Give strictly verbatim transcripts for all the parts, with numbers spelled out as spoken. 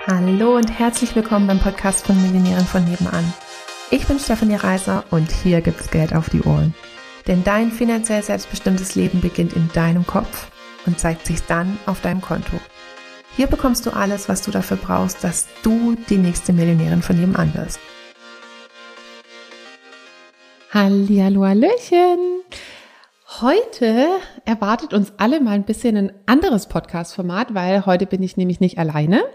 Hallo und herzlich willkommen beim Podcast von Millionären von nebenan. Ich bin Stefanie Reiser und hier gibt's Geld auf die Ohren. Denn dein finanziell selbstbestimmtes Leben beginnt in deinem Kopf und zeigt sich dann auf deinem Konto. Hier bekommst du alles, was du dafür brauchst, dass du die nächste Millionärin von nebenan wirst. Hallihallo, Hallöchen! Heute erwartet uns alle mal ein bisschen ein anderes Podcast-Format, weil heute bin ich nämlich nicht alleine.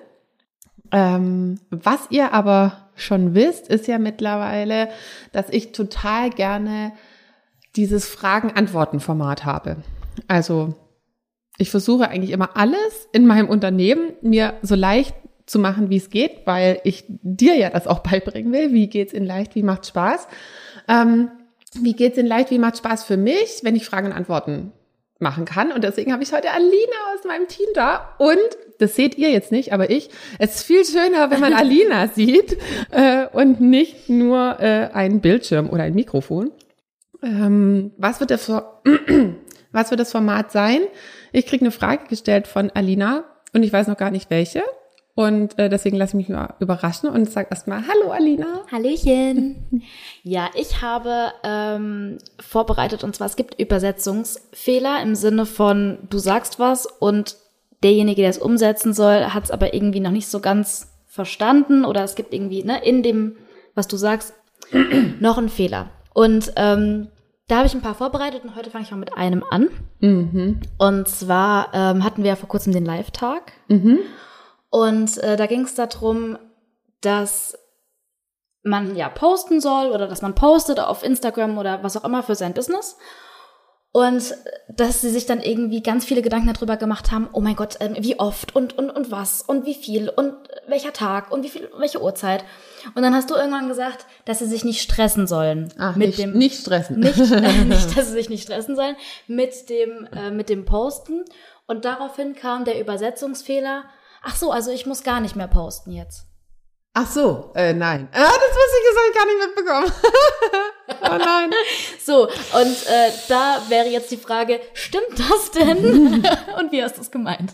Ähm, was ihr aber schon wisst, ist ja mittlerweile, dass ich total gerne dieses Fragen-Antworten-Format habe. Also ich versuche eigentlich immer alles in meinem Unternehmen mir so leicht zu machen, wie es geht, weil ich dir ja das auch beibringen will. Wie geht's in leicht, wie macht Spaß? Ähm, wie geht's in leicht, wie macht Spaß für mich, wenn ich Fragen und Antworten machen kann. Und deswegen habe ich heute Alina aus meinem Team da. Und das seht ihr jetzt nicht, aber ich. Es ist viel schöner, wenn man Alina sieht äh, und nicht nur äh, einen Bildschirm oder ein Mikrofon. Ähm, was wird das, was wird das Format sein? Ich kriege eine Frage gestellt von Alina und ich weiß noch gar nicht welche. Und äh, deswegen lasse ich mich mal überraschen und sage erstmal Hallo Alina. Hallöchen. Ja, ich habe ähm, vorbereitet, und zwar es gibt Übersetzungsfehler im Sinne von du sagst was und derjenige, der es umsetzen soll, hat es aber irgendwie noch nicht so ganz verstanden oder es gibt irgendwie ne in dem, was du sagst, noch einen Fehler. Und ähm, da habe ich ein paar vorbereitet und heute fange ich mal mit einem an. Mhm. Und zwar ähm, hatten wir ja vor kurzem den Live-Tag. Mhm. Und äh, da ging es darum, dass man ja posten soll oder dass man postet auf Instagram oder was auch immer für sein Business. Und dass sie sich dann irgendwie ganz viele Gedanken darüber gemacht haben, oh mein Gott, ähm, wie oft und und und was und wie viel und welcher Tag und wie viel welche Uhrzeit. Und dann hast du irgendwann gesagt, dass sie sich nicht stressen sollen. Ach, mit nicht, dem nicht stressen. Nicht, äh, nicht, dass sie sich nicht stressen sollen mit dem äh, mit dem Posten. Und daraufhin kam der Übersetzungsfehler. Ach so, also ich muss gar nicht mehr posten jetzt. Ach so, äh, nein. Ah, das wusste ich, das habe ich gar nicht mitbekommen. Oh nein. So, und äh, da wäre jetzt die Frage, stimmt das denn? Und wie hast du es gemeint?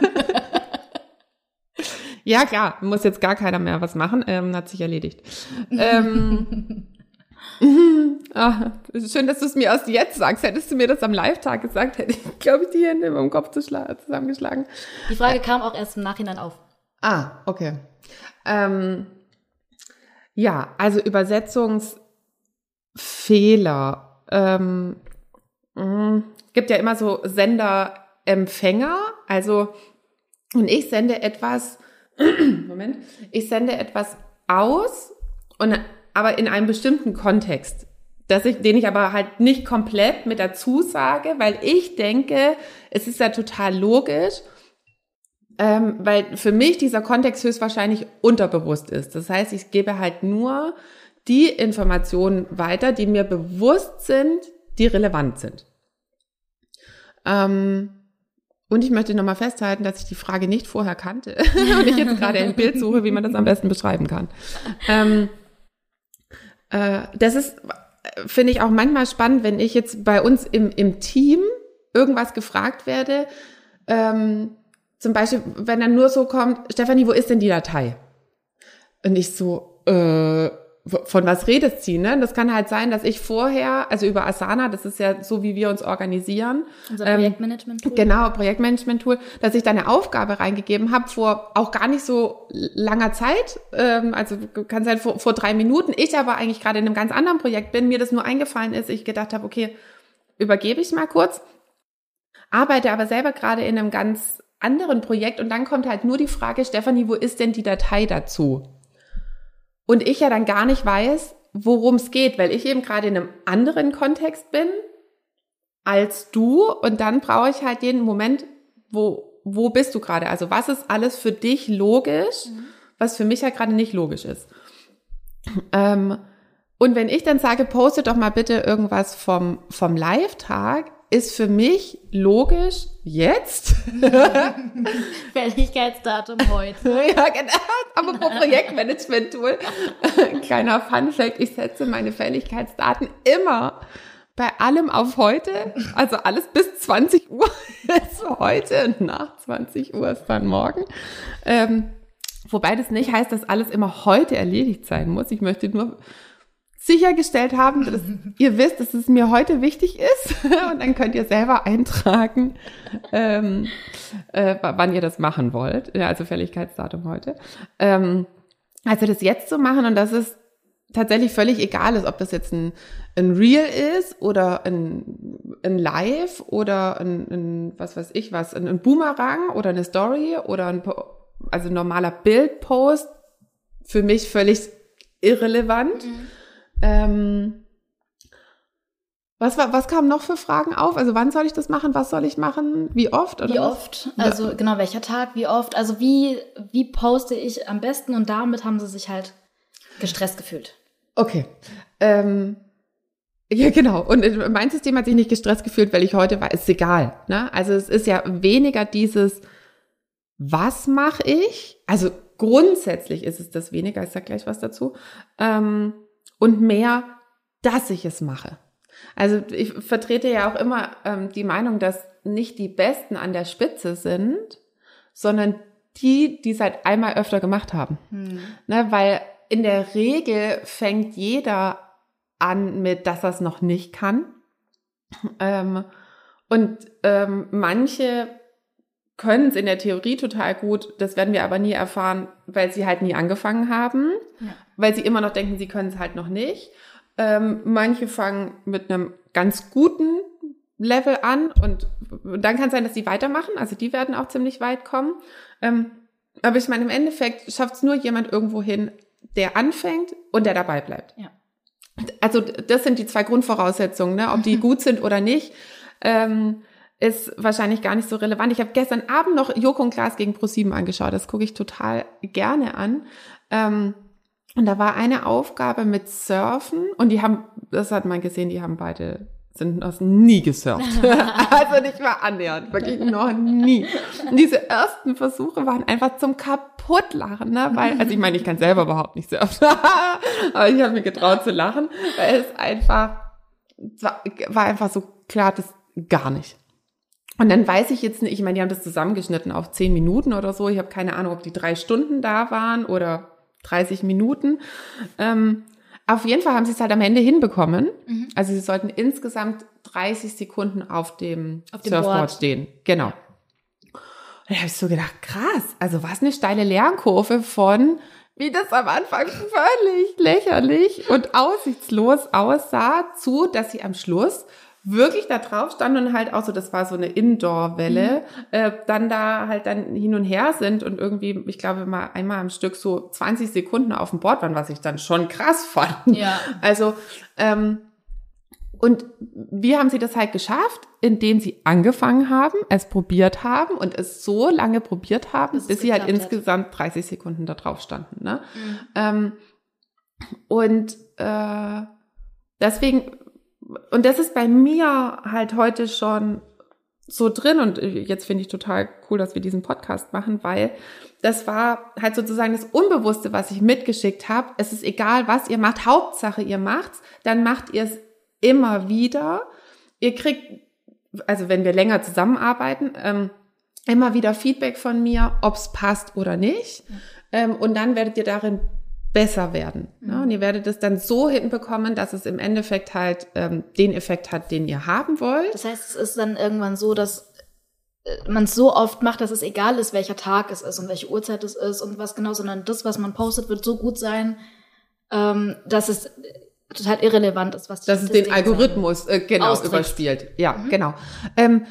Ja, klar, muss jetzt gar keiner mehr was machen, ähm, hat sich erledigt. Ähm, ah, schön, dass du es mir erst jetzt sagst. Hättest du mir das am Live-Tag gesagt, hätte ich, glaube ich, die Hände über dem Kopf zusammengeschlagen. Die Frage äh, kam auch erst im Nachhinein auf. Ah, okay. Ähm, ja, also Übersetzungsfehler. Ähm, mh, gibt ja immer so Sender-Empfänger. Also, und ich sende etwas, Moment, ich sende etwas aus, und, aber in einem bestimmten Kontext, dass ich, den ich aber halt nicht komplett mit dazu sage, weil ich denke, es ist ja total logisch, Ähm, weil für mich dieser Kontext höchstwahrscheinlich unterbewusst ist. Das heißt, ich gebe halt nur die Informationen weiter, die mir bewusst sind, die relevant sind. Ähm, und ich möchte nochmal festhalten, dass ich die Frage nicht vorher kannte und ich jetzt gerade ein Bild suche, wie man das am besten beschreiben kann. Ähm, äh, das ist, finde ich, auch manchmal spannend, wenn ich jetzt bei uns im, im Team irgendwas gefragt werde, ähm, zum Beispiel, wenn dann nur so kommt, Stefanie, wo ist denn die Datei? Und ich so, äh, von was redest du, ne? Das kann halt sein, dass ich vorher, also über Asana, das ist ja so, wie wir uns organisieren. Unser Projektmanagement-Tool. Ähm, genau, Projektmanagement-Tool, dass ich da eine Aufgabe reingegeben habe vor auch gar nicht so langer Zeit, ähm, also kann sein vor, vor drei Minuten, ich aber eigentlich gerade in einem ganz anderen Projekt bin, mir das nur eingefallen ist, ich gedacht habe, okay, übergebe ich mal kurz, arbeite aber selber gerade in einem ganz anderen Projekt und dann kommt halt nur die Frage, Stefanie, wo ist denn die Datei dazu? Und ich ja dann gar nicht weiß, worum es geht, weil ich eben gerade in einem anderen Kontext bin als du und dann brauche ich halt den Moment, wo, wo bist du gerade? Also was ist alles für dich logisch, mhm. was für mich ja gerade nicht logisch ist? Ähm, und wenn ich dann sage, poste doch mal bitte irgendwas vom, vom Live-Tag, ist für mich logisch jetzt. Fälligkeitsdatum heute. Ja, genau. Aber pro Projektmanagement-Tool. Kleiner Funfact, ich setze meine Fälligkeitsdaten immer bei allem auf heute. Also alles bis zwanzig Uhr ist heute und nach zwanzig Uhr ist dann morgen. Ähm, Wobei das nicht heißt, dass alles immer heute erledigt sein muss. Ich möchte nur sichergestellt haben, dass ihr wisst, dass es mir heute wichtig ist. Und dann könnt ihr selber eintragen, ähm, äh, wann ihr das machen wollt. Ja, also Fälligkeitsdatum heute. Ähm, also das jetzt zu machen und dass es tatsächlich völlig egal ist, ob das jetzt ein, ein Reel ist oder ein, ein Live oder ein, ein, was weiß ich was, ein, ein Boomerang oder eine Story oder ein, also ein normaler Bildpost. Für mich völlig irrelevant. Mhm. Ähm, was war, was kam noch für Fragen auf? Also wann soll ich das machen? Was soll ich machen? Wie oft? Oder wie was? oft? Also genau, welcher Tag? Wie oft? Also wie, wie poste ich am besten? Und damit haben sie sich halt gestresst gefühlt. Okay. Ähm, ja, genau. Und mein System hat sich nicht gestresst gefühlt, weil ich heute war, ist egal. Ne? Also es ist ja weniger dieses, was mache ich? Also grundsätzlich ist es das weniger, ich sag gleich was dazu. Ähm, Und mehr, dass ich es mache. Also ich vertrete ja auch immer ähm, die Meinung, dass nicht die Besten an der Spitze sind, sondern die, die es halt einmal öfter gemacht haben. Hm. Ne, weil in der Regel fängt jeder an mit, dass er es noch nicht kann. Ähm, und ähm, manche können es in der Theorie total gut, das werden wir aber nie erfahren, weil sie halt nie angefangen haben, ja. Weil sie immer noch denken, sie können es halt noch nicht. Ähm, manche fangen mit einem ganz guten Level an und dann kann es sein, dass sie weitermachen, also die werden auch ziemlich weit kommen. Ähm, aber ich meine, im Endeffekt schafft es nur jemand irgendwo hin, der anfängt und der dabei bleibt. Ja. Also das sind die zwei Grundvoraussetzungen, ne? Ob die gut sind oder nicht. Ähm, ist wahrscheinlich gar nicht so relevant. Ich habe gestern Abend noch Joko und Klaas gegen ProSieben angeschaut. Das gucke ich total gerne an. Ähm, und da war eine Aufgabe mit Surfen. Und die haben, das hat man gesehen, die haben beide, sind das nie gesurft. Also nicht mal annähernd, wirklich noch nie. Und diese ersten Versuche waren einfach zum Kaputtlachen, ne? Weil, also ich meine, ich kann selber überhaupt nicht surfen. Aber ich habe mir getraut zu lachen, weil es einfach, war, war einfach so klar, das gar nicht. Und dann weiß ich jetzt nicht, ich meine, die haben das zusammengeschnitten auf zehn Minuten oder so. Ich habe keine Ahnung, ob die drei Stunden da waren oder dreißig Minuten. Ähm, auf jeden Fall haben sie es halt am Ende hinbekommen. Mhm. Also sie sollten insgesamt dreißig Sekunden auf dem, auf dem Surfboard Board stehen. Genau. Und da habe ich so gedacht, krass, also was eine steile Lernkurve von, wie das am Anfang völlig lächerlich und aussichtslos aussah, zu, dass sie am Schluss wirklich da drauf standen und halt auch so, das war so eine Indoor-Welle, mhm. äh, dann da halt dann hin und her sind und irgendwie, ich glaube mal einmal am Stück so zwanzig Sekunden auf dem Board waren, was ich dann schon krass fand. Ja. Also, ähm, und wie haben sie das halt geschafft? Indem sie angefangen haben, es probiert haben und es so lange probiert haben, bis, bis sie halt insgesamt hat. dreißig Sekunden da drauf standen. Ne? Mhm. Ähm, und äh, deswegen Und das ist bei mir halt heute schon so drin und jetzt finde ich total cool, dass wir diesen Podcast machen, weil das war halt sozusagen das Unbewusste, was ich mitgeschickt habe. Es ist egal, was ihr macht, Hauptsache ihr macht's, dann macht ihr es immer wieder. Ihr kriegt, also wenn wir länger zusammenarbeiten, ähm, immer wieder Feedback von mir, ob's passt oder nicht. Ja. Ähm, und dann werdet ihr darin besser werden. Mhm. Ne? Und ihr werdet es dann so hinbekommen, dass es im Endeffekt halt ähm, den Effekt hat, den ihr haben wollt. Das heißt, es ist dann irgendwann so, dass man es so oft macht, dass es egal ist, welcher Tag es ist und welche Uhrzeit es ist und was genau, sondern das, was man postet, wird so gut sein, ähm, dass es total irrelevant ist, was die Dass es den Algorithmus äh, genau austrickst. Überspielt. Ja, mhm. genau. Ähm,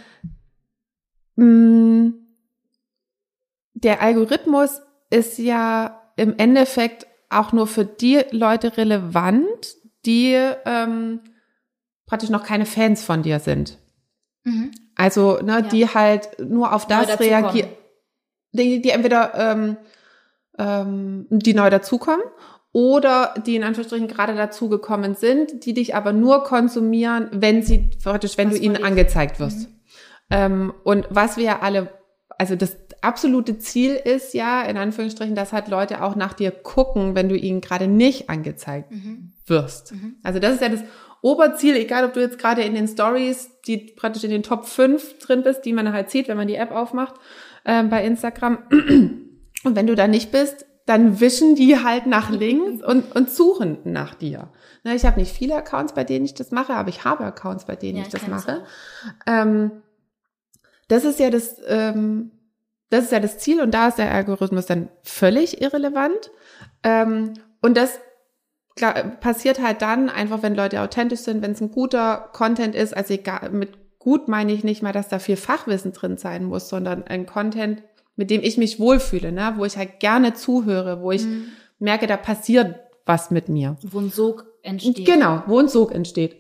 mh, der Algorithmus ist ja im Endeffekt auch nur für die Leute relevant, die ähm, praktisch noch keine Fans von dir sind. Mhm. Also, ne, ja. die halt nur auf das reagieren, die, die entweder ähm, ähm, die neu dazukommen oder die in Anführungsstrichen gerade dazugekommen sind, die dich aber nur konsumieren, wenn sie praktisch, wenn was du ihnen angezeigt wirst. Mhm. Ähm, und was wir ja alle, also das absolute Ziel ist ja, in Anführungsstrichen, dass halt Leute auch nach dir gucken, wenn du ihnen gerade nicht angezeigt mhm. wirst. Mhm. Also das ist ja das Oberziel, egal ob du jetzt gerade in den Stories, die praktisch in den Top fünf drin bist, die man halt sieht, wenn man die App aufmacht, äh, bei Instagram. Und wenn du da nicht bist, dann wischen die halt nach links und, und suchen nach dir. Ne, ich habe nicht viele Accounts, bei denen ich das mache, aber ich habe Accounts, bei denen Ja, ich das kenn's mache. Ähm, das ist ja das, ähm, das ist ja das Ziel und da ist der Algorithmus dann völlig irrelevant. Ähm, und das klar, passiert halt dann einfach, wenn Leute authentisch sind, wenn es ein guter Content ist, also egal, mit gut meine ich nicht mal, dass da viel Fachwissen drin sein muss, sondern ein Content, mit dem ich mich wohlfühle, ne, wo ich halt gerne zuhöre, wo ich mhm. merke, da passiert was mit mir. Wo ein Sog entsteht. Genau, wo ein Sog entsteht.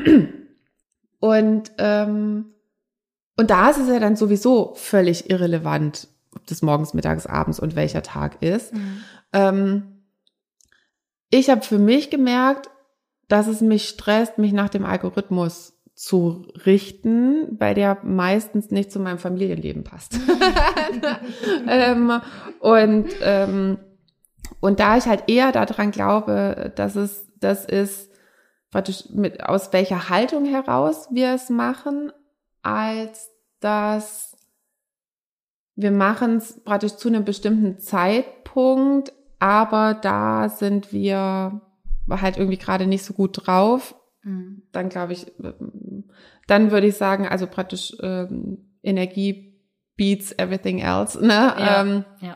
Und, ähm, und da ist es ja dann sowieso völlig irrelevant, ob das morgens, mittags, abends und welcher Tag ist. Mhm. Ähm, ich habe für mich gemerkt, dass es mich stresst, mich nach dem Algorithmus zu richten, weil der meistens nicht zu meinem Familienleben passt. ähm, und, ähm, und da ich halt eher daran glaube, dass es das ist, praktisch mit, aus welcher Haltung heraus wir es machen, als dass wir machen es praktisch zu einem bestimmten Zeitpunkt, aber da sind wir halt irgendwie gerade nicht so gut drauf. Mhm. Dann glaube ich, dann würde ich sagen, also praktisch ähm, Energie beats everything else. Ne? Ja, ähm, ja.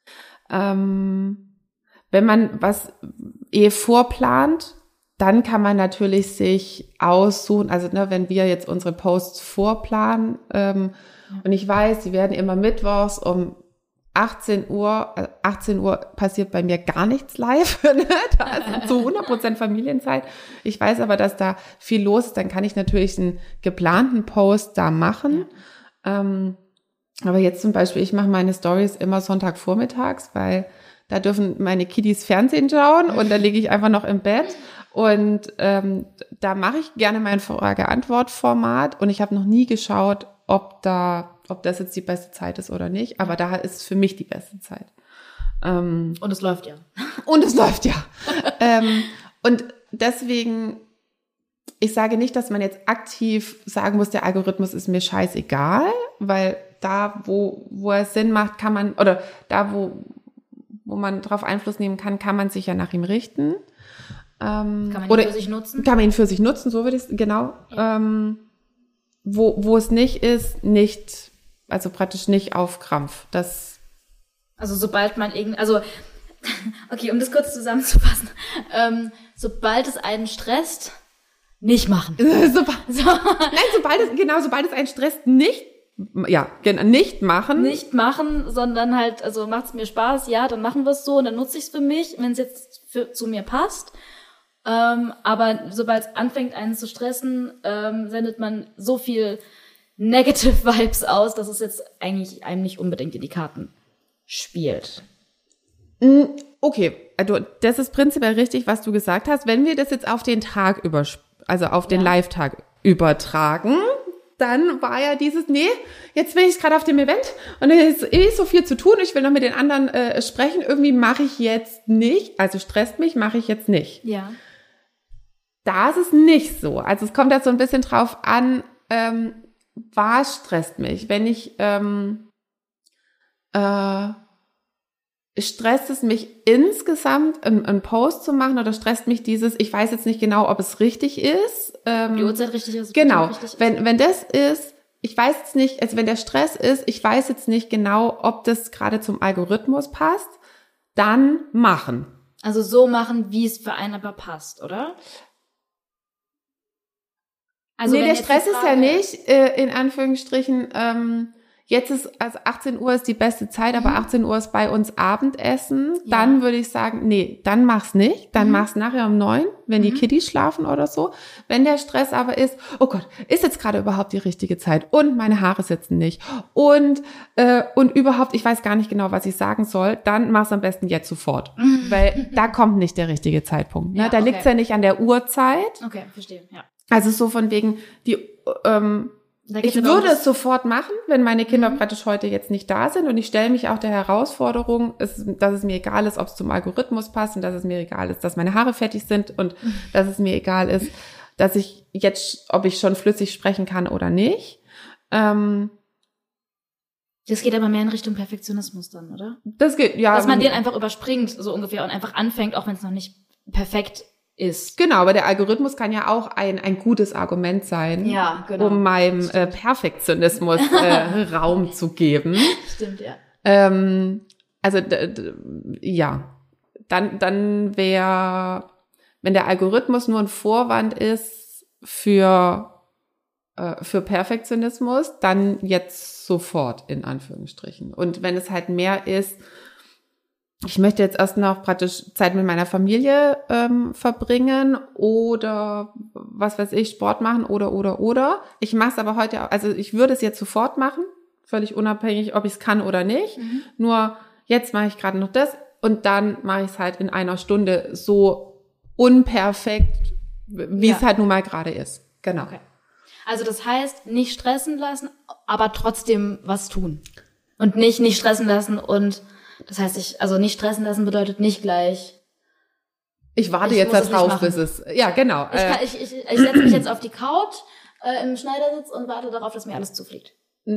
Ähm, wenn man was eh vorplant, dann kann man natürlich sich aussuchen, also ne, wenn wir jetzt unsere Posts vorplanen ähm, ja. und ich weiß, sie werden immer mittwochs um achtzehn Uhr, also achtzehn Uhr passiert bei mir gar nichts live, ne? Da ist zu hundert Prozent Familienzeit. Ich weiß aber, dass da viel los ist, dann kann ich natürlich einen geplanten Post da machen. Ja. Ähm, aber jetzt zum Beispiel, ich mache meine Stories immer Sonntagvormittags, weil da dürfen meine Kiddies Fernsehen schauen und da liege ich einfach noch im Bett. Und ähm, da mache ich gerne mein Frage-Antwort-Format und ich habe noch nie geschaut, ob da, ob das jetzt die beste Zeit ist oder nicht, aber da ist für mich die beste Zeit. Ähm, und es läuft ja. Und es läuft ja. ähm, und deswegen, ich sage nicht, dass man jetzt aktiv sagen muss, der Algorithmus ist mir scheißegal, weil da, wo, wo es Sinn macht, kann man, oder da, wo, wo man drauf Einfluss nehmen kann, kann man sich ja nach ihm richten. Ähm, kann man ihn oder für sich nutzen? Kann man ihn für sich nutzen, so würde ich es, genau. Ja. Ähm, wo, wo es nicht ist, nicht, also praktisch nicht auf Krampf. Das also sobald man irgend, also, okay, um das kurz zusammenzufassen, ähm, sobald es einen stresst, nicht machen. so, so. Nein, sobald es, genau, sobald es einen stresst, nicht, ja, genau, nicht machen. Nicht machen, sondern halt, also macht es mir Spaß, ja, dann machen wir es so und dann nutze ich es für mich, wenn es jetzt für, zu mir passt. Ähm, aber sobald es anfängt, einen zu stressen, ähm, sendet man so viel Negative Vibes aus, dass es jetzt eigentlich einem nicht unbedingt in die Karten spielt. Okay, also das ist prinzipiell richtig, was du gesagt hast. Wenn wir das jetzt auf den Tag über, also auf den ja. Live-Tag übertragen, dann war ja dieses, nee, jetzt bin ich gerade auf dem Event und es ist eh so viel zu tun, ich will noch mit den anderen äh, sprechen, irgendwie mache ich jetzt nicht, also stresst mich, mache ich jetzt nicht. Ja. Da ist es nicht so. Also es kommt da so ein bisschen drauf an, ähm, was stresst mich? Wenn ich, ähm, äh, stresst es mich insgesamt, einen, einen Post zu machen oder stresst mich dieses, ich weiß jetzt nicht genau, ob es richtig ist. Ähm, Die Uhrzeit richtig ist. Genau. Richtig ist. Wenn, wenn das ist, ich weiß jetzt nicht, also wenn der Stress ist, ich weiß jetzt nicht genau, ob das gerade zum Algorithmus passt, dann machen. Also so machen, wie es für einen aber passt, oder? Also nee, der Stress ist ja nicht, äh, in Anführungsstrichen, ähm, jetzt ist, also achtzehn Uhr ist die beste Zeit, mhm. aber achtzehn Uhr ist bei uns Abendessen. Ja. Dann würde ich sagen, nee, dann mach's nicht. Dann mhm. mach's nachher um neun, wenn mhm. die Kiddies schlafen oder so. Wenn der Stress aber ist, oh Gott, ist jetzt gerade überhaupt die richtige Zeit und meine Haare sitzen nicht und äh, und überhaupt, ich weiß gar nicht genau, was ich sagen soll, dann mach's am besten jetzt sofort. Mhm. Weil da kommt nicht der richtige Zeitpunkt. Ne? Ja, da okay. liegt's ja nicht an der Uhrzeit. Okay, verstehe, ja. Also so von wegen, die ähm, ich würde es sofort machen, wenn meine Kinder mhm. praktisch heute jetzt nicht da sind und ich stelle mich auch der Herausforderung, dass es mir egal ist, ob es zum Algorithmus passt und dass es mir egal ist, dass meine Haare fertig sind und mhm. dass es mir egal ist, dass ich jetzt, ob ich schon flüssig sprechen kann oder nicht. Ähm, Das geht aber mehr in Richtung Perfektionismus dann, oder? Das geht, ja. Dass man den einfach überspringt, so ungefähr, und einfach anfängt, auch wenn es noch nicht perfekt ist. Genau, aber der Algorithmus kann ja auch ein, ein gutes Argument sein, ja, genau. um meinem äh, Perfektionismus äh, Raum zu geben. Stimmt, ja. Ähm, also, d- d- ja, dann, dann wäre, wenn der Algorithmus nur ein Vorwand ist für, äh, für Perfektionismus, dann jetzt sofort in Anführungsstrichen. Und wenn es halt mehr ist, ich möchte jetzt erst noch praktisch Zeit mit meiner Familie ähm, verbringen oder was weiß ich, Sport machen oder, oder, oder. Ich mache es aber heute auch, also ich würde es jetzt sofort machen, völlig unabhängig, ob ich es kann oder nicht. Mhm. Nur jetzt mache ich gerade noch das und dann mache ich es halt in einer Stunde so unperfekt, wie ja. es halt nun mal gerade ist. Genau. Okay. Also das heißt, nicht stressen lassen, aber trotzdem was tun. Und nicht nicht stressen lassen und das heißt, ich, also nicht stressen lassen bedeutet nicht gleich. Ich warte ich jetzt darauf, bis es, ja, genau. Ich, kann, ich, ich, ich setze mich jetzt auf die Couch äh, im Schneidersitz und warte darauf, dass mir alles zufliegt.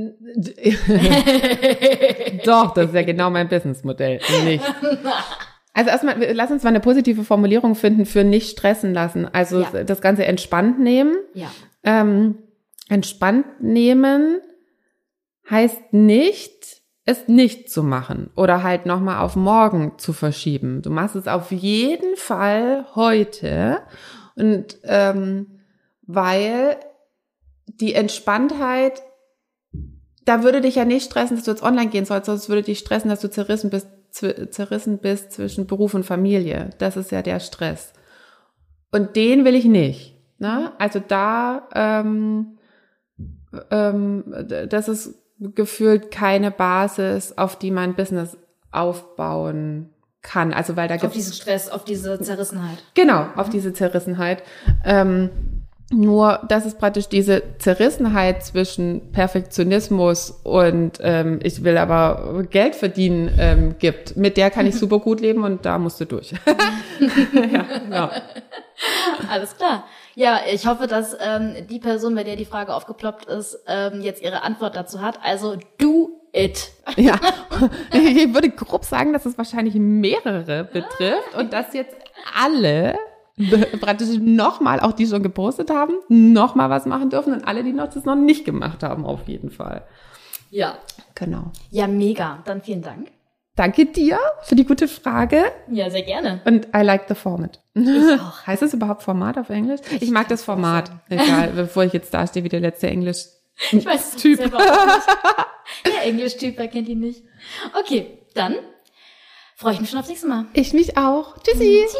Doch, das ist ja genau mein Businessmodell. Nicht. Also erstmal, lass uns mal eine positive Formulierung finden für nicht stressen lassen. Also ja. das Ganze entspannt nehmen. Ja. Ähm, entspannt nehmen heißt nicht, es nicht zu machen oder halt nochmal auf morgen zu verschieben. Du machst es auf jeden Fall heute und ähm, weil die Entspanntheit, da würde dich ja nicht stressen, dass du jetzt online gehen sollst, sondern es würde dich stressen, dass du zerrissen bist, zw- zerrissen bist zwischen Beruf und Familie. Das ist ja der Stress. Und den will ich nicht. Ne? Also da, ähm, ähm, das ist gefühlt keine Basis, auf die man Business aufbauen kann. Also weil da auf diesen Stress, auf diese Zerrissenheit. Genau, auf diese Zerrissenheit. Ähm, nur, dass es praktisch diese Zerrissenheit zwischen Perfektionismus und ähm, ich will aber Geld verdienen ähm, gibt. Mit der kann ich super gut leben und da musst du durch. Ja, genau. Alles klar. Ja, ich hoffe, dass ähm, die Person, bei der die Frage aufgeploppt ist, ähm, jetzt ihre Antwort dazu hat. Also do it. Ja, ich würde grob sagen, dass es wahrscheinlich mehrere betrifft und dass jetzt alle praktisch nochmal, auch die schon gepostet haben, nochmal was machen dürfen und alle, die noch das noch nicht gemacht haben, auf jeden Fall. Ja. Genau. Ja, mega. Dann vielen Dank. Danke dir für die gute Frage. Ja, sehr gerne. Und I like the format. Ich auch. Heißt es überhaupt Format auf Englisch? Ich, ich mag das Format. Egal, bevor ich jetzt da stehe wie der letzte Englisch. Ich weiß es Typ. Selber auch nicht. Der Englisch-Typ, wer kennt ihn nicht? Okay, dann freue ich mich schon aufs nächste Mal. Ich mich auch. Tschüssi. Tschüss.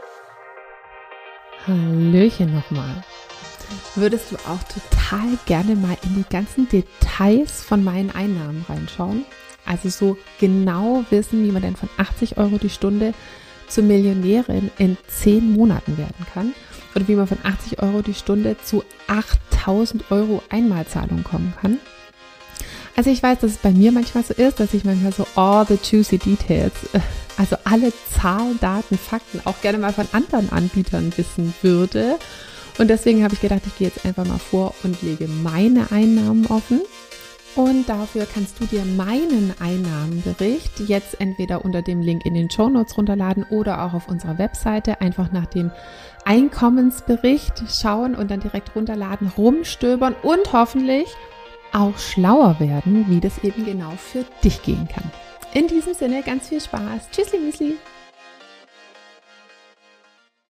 Hallöchen nochmal. Würdest du auch total gerne mal in die ganzen Details von meinen Einnahmen reinschauen? Also so genau wissen, wie man denn von achtzig Euro die Stunde zur Millionärin in zehn Monaten werden kann? Oder wie man von achtzig Euro die Stunde zu achttausend Euro Einmalzahlung kommen kann? Also ich weiß, dass es bei mir manchmal so ist, dass ich manchmal so all the juicy details, also alle Zahlen, Daten, Fakten auch gerne mal von anderen Anbietern wissen würde. Und deswegen habe ich gedacht, ich gehe jetzt einfach mal vor und lege meine Einnahmen offen. Und dafür kannst du dir meinen Einnahmenbericht jetzt entweder unter dem Link in den Shownotes runterladen oder auch auf unserer Webseite einfach nach dem Einkommensbericht schauen und dann direkt runterladen, rumstöbern und hoffentlich auch schlauer werden, wie das eben genau für dich gehen kann. In diesem Sinne ganz viel Spaß. Tschüssli, Müsli.